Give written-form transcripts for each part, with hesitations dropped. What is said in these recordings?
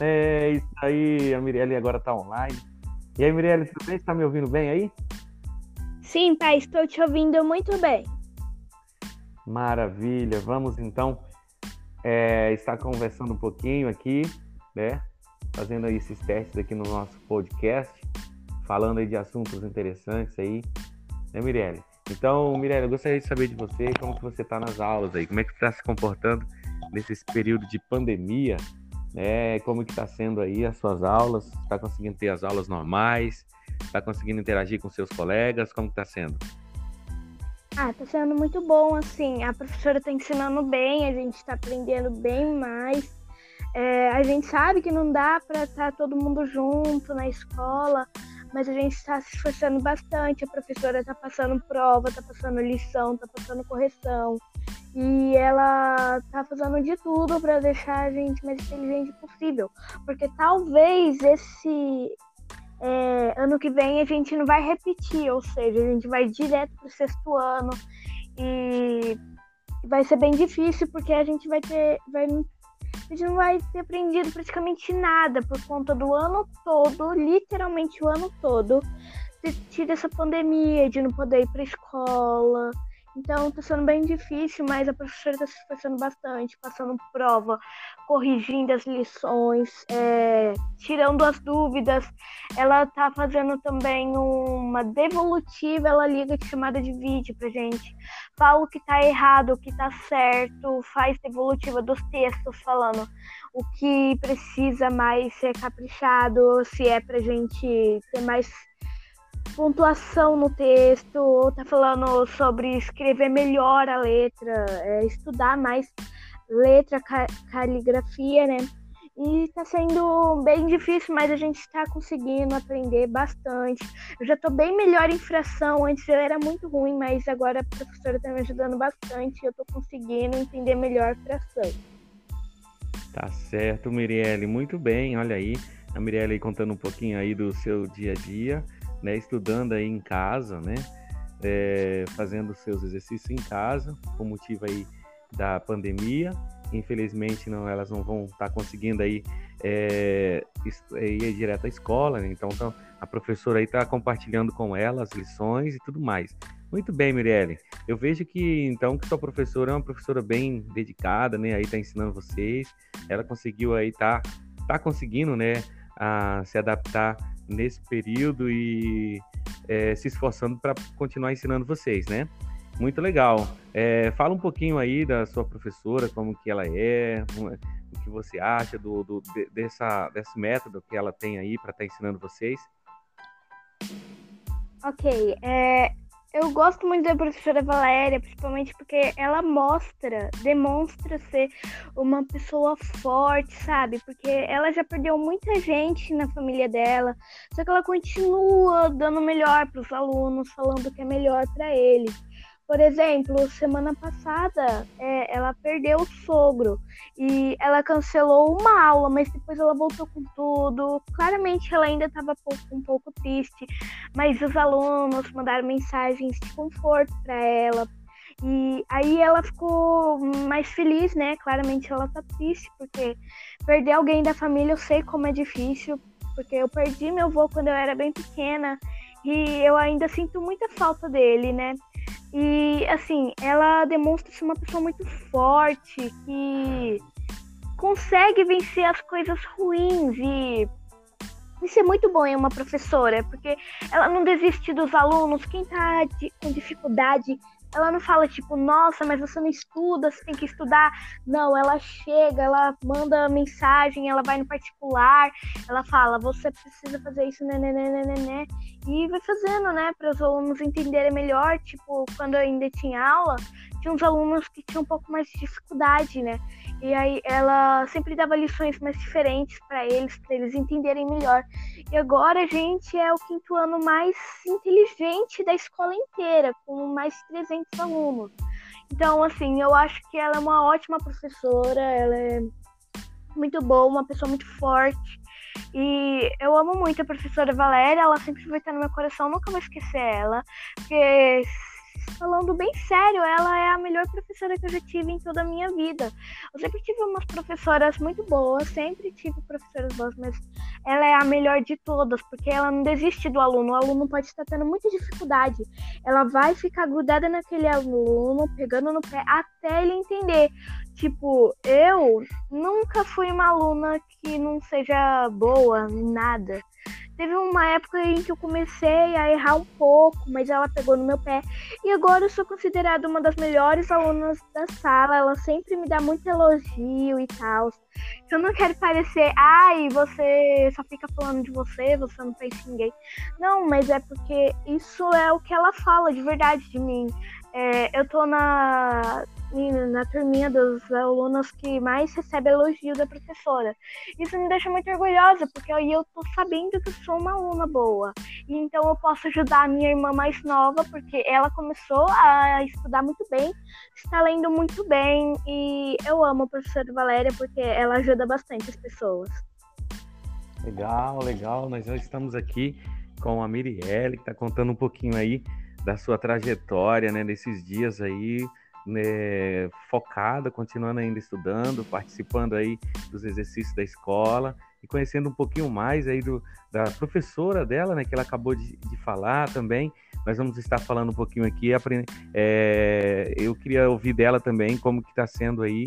É isso aí, a Mirelle agora está online. E aí, Mirelle, tudo bem? Você está me ouvindo bem aí? Sim, pai, estou te ouvindo muito bem. Maravilha. Vamos então estar conversando um pouquinho aqui, né? Fazendo aí esses testes aqui no nosso podcast, falando aí de assuntos interessantes aí, né, Mirelle? Então, Mirelle, eu gostaria de saber de você como que você está nas aulas aí, como é que está se comportando nesse período de pandemia, né? Como que está sendo aí as suas aulas? Está conseguindo ter as aulas normais? Está conseguindo interagir com seus colegas? Como que está sendo? Tá sendo muito bom, assim, a professora está ensinando bem, a gente está aprendendo bem mais. A gente sabe que não dá para estar todo mundo junto na escola, mas a gente está se esforçando bastante. A professora está passando prova, está passando lição, está passando correção. E ela está fazendo de tudo para deixar a gente mais inteligente possível. Porque talvez esse ano que vem a gente não vai repetir, ou seja, a gente vai direto para o sexto ano e vai ser bem difícil porque a gente a gente não vai ter aprendido praticamente nada por conta do ano todo, literalmente o ano todo, ter tido essa pandemia de não poder ir para a escola. Então tá sendo bem difícil, mas a professora está se esforçando bastante, passando prova, corrigindo as lições, tirando as dúvidas. Ela tá fazendo também uma devolutiva, ela liga de chamada de vídeo pra gente. Fala o que tá errado, o que tá certo, faz devolutiva dos textos falando o que precisa mais ser caprichado, se é pra gente ter mais pontuação no texto, ou tá falando sobre escrever melhor a letra, estudar mais letra, caligrafia, né? E tá sendo bem difícil, mas a gente está conseguindo aprender bastante. Eu já tô bem melhor em fração, antes eu era muito ruim, mas agora a professora tá me ajudando bastante e eu tô conseguindo entender melhor fração. Tá certo, Mirelle, muito bem. Olha aí, a Mirelle aí contando um pouquinho aí do seu dia a dia, né? Estudando aí em casa, né? Fazendo seus exercícios em casa, com motivo aí da pandemia. Infelizmente, não, elas não vão estar conseguindo aí ir direto à escola, né? Então a professora aí está compartilhando com ela as lições e tudo mais. Muito bem, Mirelle. Eu vejo que então que sua professora é uma professora bem dedicada, né? Aí está ensinando vocês. Ela conseguiu aí tá conseguindo, né? A se adaptar nesse período e se esforçando para continuar ensinando vocês, né? Muito legal. Fala um pouquinho aí da sua professora, como que ela é, o que você acha desse método que ela tem aí para estar ensinando vocês. Ok, eu gosto muito da professora Valéria, principalmente porque ela demonstra ser uma pessoa forte, sabe? Porque ela já perdeu muita gente na família dela, só que ela continua dando o melhor para os alunos, falando que é melhor para eles. Por exemplo, semana passada, ela perdeu o sogro e ela cancelou uma aula, mas depois ela voltou com tudo. Claramente ela ainda estava um pouco triste, mas os alunos mandaram mensagens de conforto para ela. E aí ela ficou mais feliz, né? Claramente ela tá triste, porque perder alguém da família eu sei como é difícil, porque eu perdi meu avô quando eu era bem pequena e eu ainda sinto muita falta dele, né? E assim, ela demonstra ser uma pessoa muito forte, que consegue vencer as coisas ruins e isso é muito bom em uma professora, porque ela não desiste dos alunos. Quem tá com dificuldade, ela não fala tipo, nossa, mas você não estuda, você tem que estudar. Não, ela chega, ela manda mensagem, ela vai no particular, ela fala, você precisa fazer isso, né, né, né, né, né, né. E vai fazendo, né, para os alunos entenderem melhor. Tipo, quando eu ainda tinha aula, tinha uns alunos que tinham um pouco mais de dificuldade, né? E aí ela sempre dava lições mais diferentes para eles entenderem melhor. E agora a gente é o quinto ano mais inteligente da escola inteira, com mais de 300 alunos. Então, assim, eu acho que ela é uma ótima professora, ela é muito boa, uma pessoa muito forte. E eu amo muito a professora Valéria, ela sempre vai estar no meu coração, nunca vou esquecer ela, porque falando bem sério, ela é a melhor professora que eu já tive em toda a minha vida. Eu sempre tive umas professoras muito boas, sempre tive professoras boas, mas ela é a melhor de todas, porque ela não desiste do aluno. O aluno pode estar tendo muita dificuldade. Ela vai ficar grudada naquele aluno, pegando no pé, até ele entender. Tipo, eu nunca fui uma aluna que não seja boa, nada. Teve uma época em que eu comecei a errar um pouco, mas ela pegou no meu pé. E agora eu sou considerada uma das melhores alunas da sala. Ela sempre me dá muito elogio e tal. Eu não quero parecer, ai, você só fica falando de você, você não pensa em ninguém. Não, mas é porque isso é o que ela fala de verdade de mim. Eu tô na turminha dos alunos que mais recebe elogio da professora. Isso me deixa muito orgulhosa, porque aí eu tô sabendo que eu sou uma aluna boa. E então eu posso ajudar a minha irmã mais nova, porque ela começou a estudar muito bem, está lendo muito bem, e eu amo a professora Valéria, porque ela ajuda bastante as pessoas. Legal, legal. Nós já estamos aqui com a Mirielle, que está contando um pouquinho aí da sua trajetória, né, nesses dias aí, né, focada, continuando ainda estudando, participando aí dos exercícios da escola e conhecendo um pouquinho mais aí da professora dela, né, que ela acabou de falar também. Nós vamos estar falando um pouquinho aqui, eu queria ouvir dela também como que está sendo aí,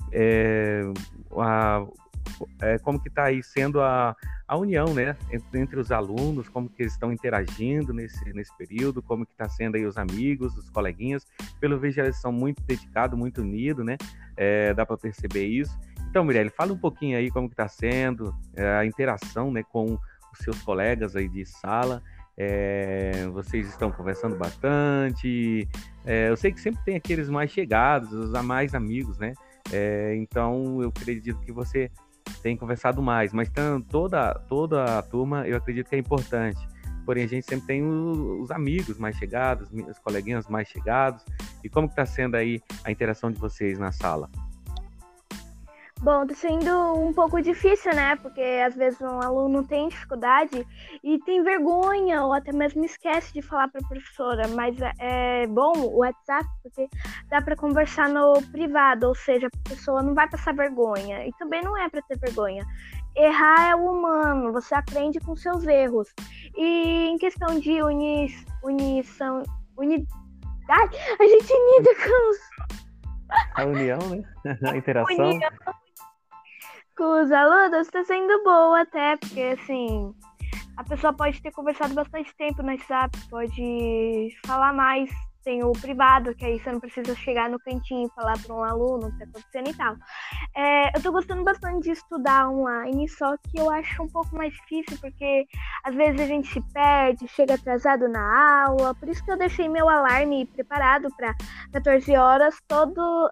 como que está aí sendo a união, né, entre os alunos, como que eles estão interagindo nesse período, como que está sendo aí os amigos, os coleguinhas. Pelo visto, eles são muito dedicados, muito unidos, né, dá para perceber isso. Então, Mirelle, fala um pouquinho aí como que está sendo a interação, né, com os seus colegas aí de sala. Vocês estão conversando bastante, eu sei que sempre tem aqueles mais chegados, os mais amigos, né, então eu acredito que você tem conversado mais, mas toda a turma eu acredito que é importante. Porém, a gente sempre tem os amigos mais chegados, os coleguinhas mais chegados. E como que está sendo aí a interação de vocês na sala? Bom, tá sendo um pouco difícil, né? Porque às vezes um aluno tem dificuldade e tem vergonha ou até mesmo esquece de falar para a professora. Mas é bom o WhatsApp porque dá para conversar no privado, ou seja, a pessoa não vai passar vergonha. E também não é para ter vergonha. Errar é o humano, você aprende com seus erros. E em questão de unidade, a gente unida com os... A união, né? A interação. União com os alunos está sendo boa até, porque assim, a pessoa pode ter conversado bastante tempo no WhatsApp, pode falar mais, tem o privado, que aí você não precisa chegar no cantinho e falar para um aluno o que está acontecendo e tal. Eu tô gostando bastante de estudar online, só que eu acho um pouco mais difícil, porque às vezes a gente se perde, chega atrasado na aula, por isso que eu deixei meu alarme preparado para 14 horas, todas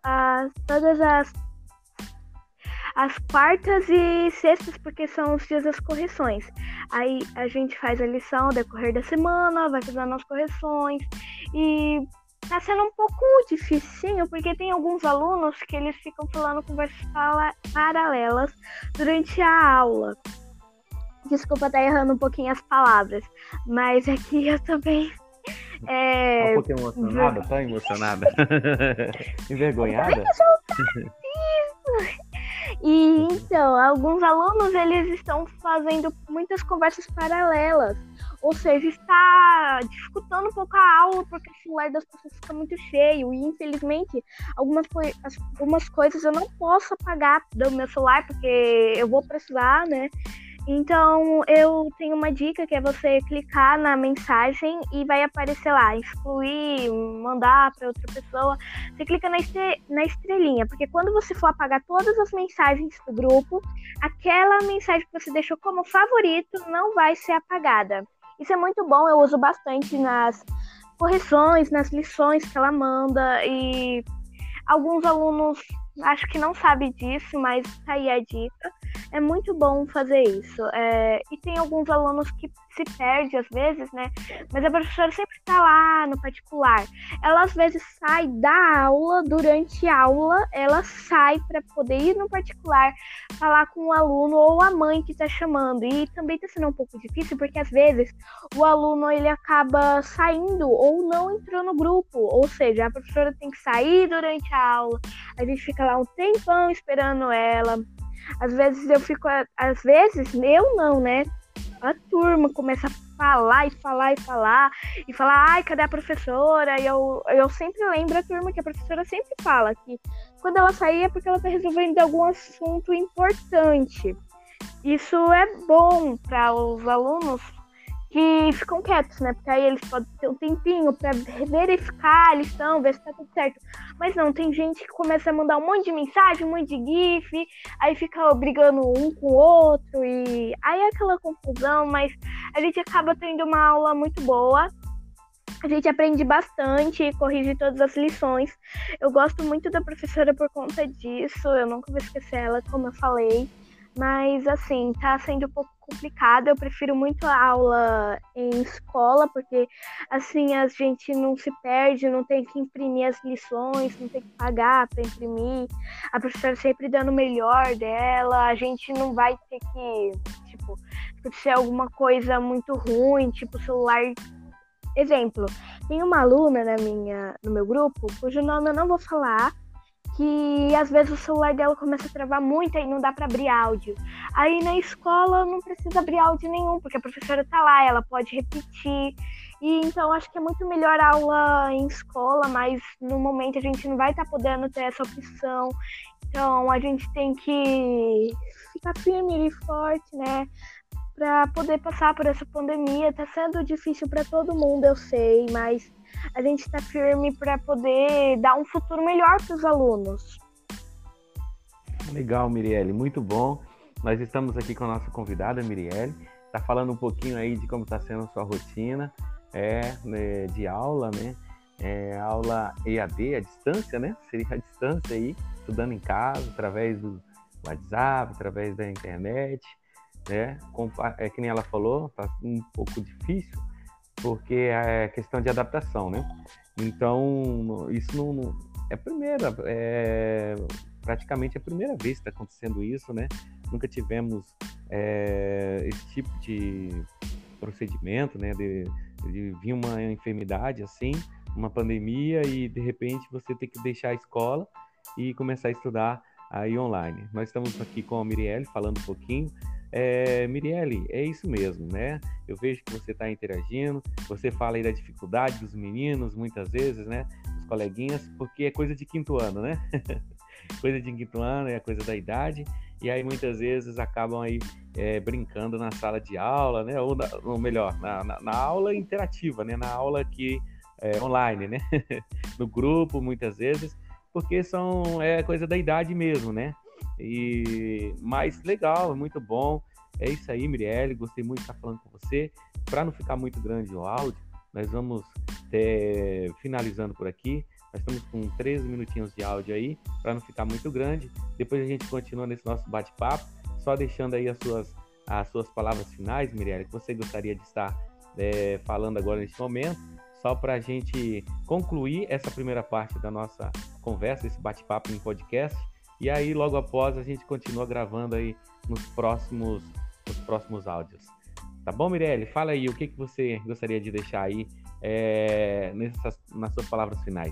as quartas e sextas, porque são os dias das correções. Aí a gente faz a lição ao decorrer da semana, vai fazendo as correções e tá sendo um pouco dificinho, porque tem alguns alunos que eles ficam falando conversas paralelas durante a aula. Desculpa estar errando um pouquinho as palavras, mas aqui eu também... Um pouquinho emocionada? Tá emocionada? Envergonhada? E então, alguns alunos eles estão fazendo muitas conversas paralelas, ou seja, está dificultando um pouco a aula porque o celular das pessoas fica muito cheio e infelizmente algumas coisas eu não posso apagar do meu celular porque eu vou precisar, né? Então, eu tenho uma dica que é você clicar na mensagem e vai aparecer lá, excluir, mandar para outra pessoa. Você clica na estrelinha, porque quando você for apagar todas as mensagens do grupo, aquela mensagem que você deixou como favorito não vai ser apagada. Isso é muito bom, eu uso bastante nas correções, nas lições que ela manda e alguns alunos acho que não sabem disso, mas tá aí a dica. É muito bom fazer isso. E tem alguns alunos que se perdem às vezes, né? Mas a professora sempre está lá no particular. Ela às vezes sai da aula, durante a aula, ela sai para poder ir no particular, falar com o aluno ou a mãe que está chamando. E também está sendo um pouco difícil, porque às vezes o aluno ele acaba saindo ou não entrou no grupo. Ou seja, a professora tem que sair durante a aula, a gente fica lá um tempão esperando ela. Às vezes eu não, né? A turma começa a falar, ai, cadê a professora? E eu sempre lembro a turma que a professora sempre fala que quando ela sair é porque ela está resolvendo algum assunto importante. Isso é bom para os alunos que ficam quietos, né? Porque aí eles podem ter um tempinho para verificar a lição, ver se tá tudo certo. Mas não, tem gente que começa a mandar um monte de mensagem, um monte de gif, aí fica brigando um com o outro, e aí é aquela confusão, mas a gente acaba tendo uma aula muito boa. A gente aprende bastante, corrige todas as lições. Eu gosto muito da professora por conta disso, eu nunca vou esquecer ela, como eu falei. Mas, assim, tá sendo um pouco complicado. Eu prefiro muito a aula em escola, porque, assim, a gente não se perde, não tem que imprimir as lições, não tem que pagar para imprimir. A professora sempre dando o melhor dela. A gente não vai ter que, tipo, acontecer alguma coisa muito ruim, tipo, celular. Exemplo, tem uma aluna no meu grupo, cujo nome eu não vou falar, que às vezes o celular dela começa a travar muito e não dá para abrir áudio. Aí na escola não precisa abrir áudio nenhum, porque a professora tá lá, ela pode repetir. E então acho que é muito melhor a aula em escola, mas no momento a gente não vai estar podendo ter essa opção. Então a gente tem que ficar firme e forte, né? Para poder passar por essa pandemia. Tá sendo difícil para todo mundo, eu sei, mas a gente está firme para poder dar um futuro melhor para os alunos. Legal, Mirielle, muito bom. Nós estamos aqui com a nossa convidada, Mirielle. Está falando um pouquinho aí de como está sendo a sua rotina né, de aula, né? Aula EAD, à distância, né? Seria a distância aí, estudando em casa, através do WhatsApp, através da internet, né? Que nem ela falou, está um pouco difícil, porque é questão de adaptação, né? Então, isso não é praticamente a primeira vez que está acontecendo isso, né? Nunca tivemos esse tipo de procedimento, né? De vir uma enfermidade assim, uma pandemia, e de repente você ter que deixar a escola e começar a estudar aí online. Nós estamos aqui com a Mirielle falando um pouquinho. Mirielle, é isso mesmo, né? Eu vejo que você está interagindo, você fala aí da dificuldade dos meninos, muitas vezes, né? Dos coleguinhas, porque é coisa de quinto ano, né? Coisa de quinto ano, é a coisa da idade, e aí muitas vezes acabam aí brincando na sala de aula, né? Ou melhor, na aula interativa, né? Na aula aqui online, né? No grupo, muitas vezes, porque é coisa da idade mesmo, né? Mas legal, muito bom. É isso aí, Mirielle, gostei muito de estar falando com você. Para não ficar muito grande o áudio, nós vamos finalizando por aqui. Nós estamos com 13 minutinhos de áudio aí, para não ficar muito grande. Depois a gente continua nesse nosso bate-papo, só deixando aí as suas palavras finais, Mirielle, que você gostaria de estar falando agora neste momento, só para a gente concluir essa primeira parte da nossa conversa, esse bate-papo em podcast. E aí, logo após, a gente continua gravando aí nos próximos áudios. Tá bom, Mirielle? Fala aí, o que você gostaria de deixar aí nas suas palavras finais?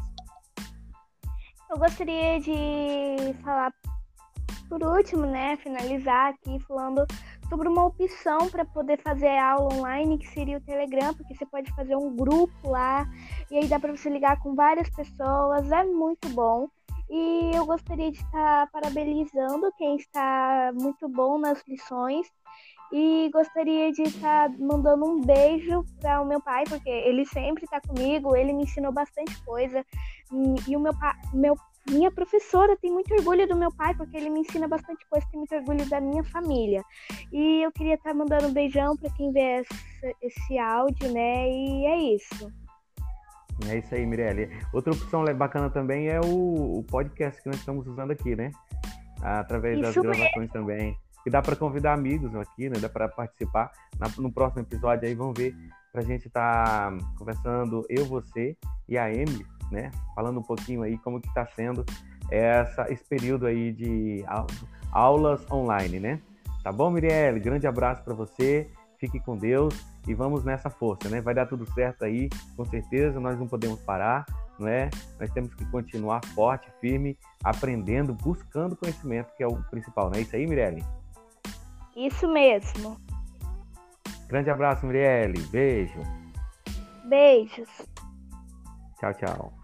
Eu gostaria de falar, por último, né, finalizar aqui falando sobre uma opção para poder fazer aula online, que seria o Telegram, porque você pode fazer um grupo lá, e aí dá para você ligar com várias pessoas, é muito bom. E eu gostaria de estar parabenizando quem está muito bom nas lições. E gostaria de estar mandando um beijo para o meu pai, porque ele sempre está comigo, ele me ensinou bastante coisa. E o meu pai, minha professora tem muito orgulho do meu pai, porque ele me ensina bastante coisa, tem muito orgulho da minha família. E eu queria estar mandando um beijão para quem vê esse áudio, né? E é isso. É isso aí, Mirielle. Outra opção bacana também é o podcast que nós estamos usando aqui, né? Através das gravações também. E dá para convidar amigos aqui, né? Dá para participar. No próximo episódio aí, vamos ver, para a gente estar conversando, eu, você e a Emily, né? Falando um pouquinho aí como que está sendo esse período aí de aulas online, né? Tá bom, Mirielle? Grande abraço para você. Fique com Deus e vamos nessa força, né? Vai dar tudo certo aí, com certeza. Nós não podemos parar, não é? Nós temos que continuar forte, firme, aprendendo, buscando conhecimento, que é o principal, não é isso aí, Mirielle? Isso mesmo. Grande abraço, Mirielle. Beijo. Beijos. Tchau, tchau.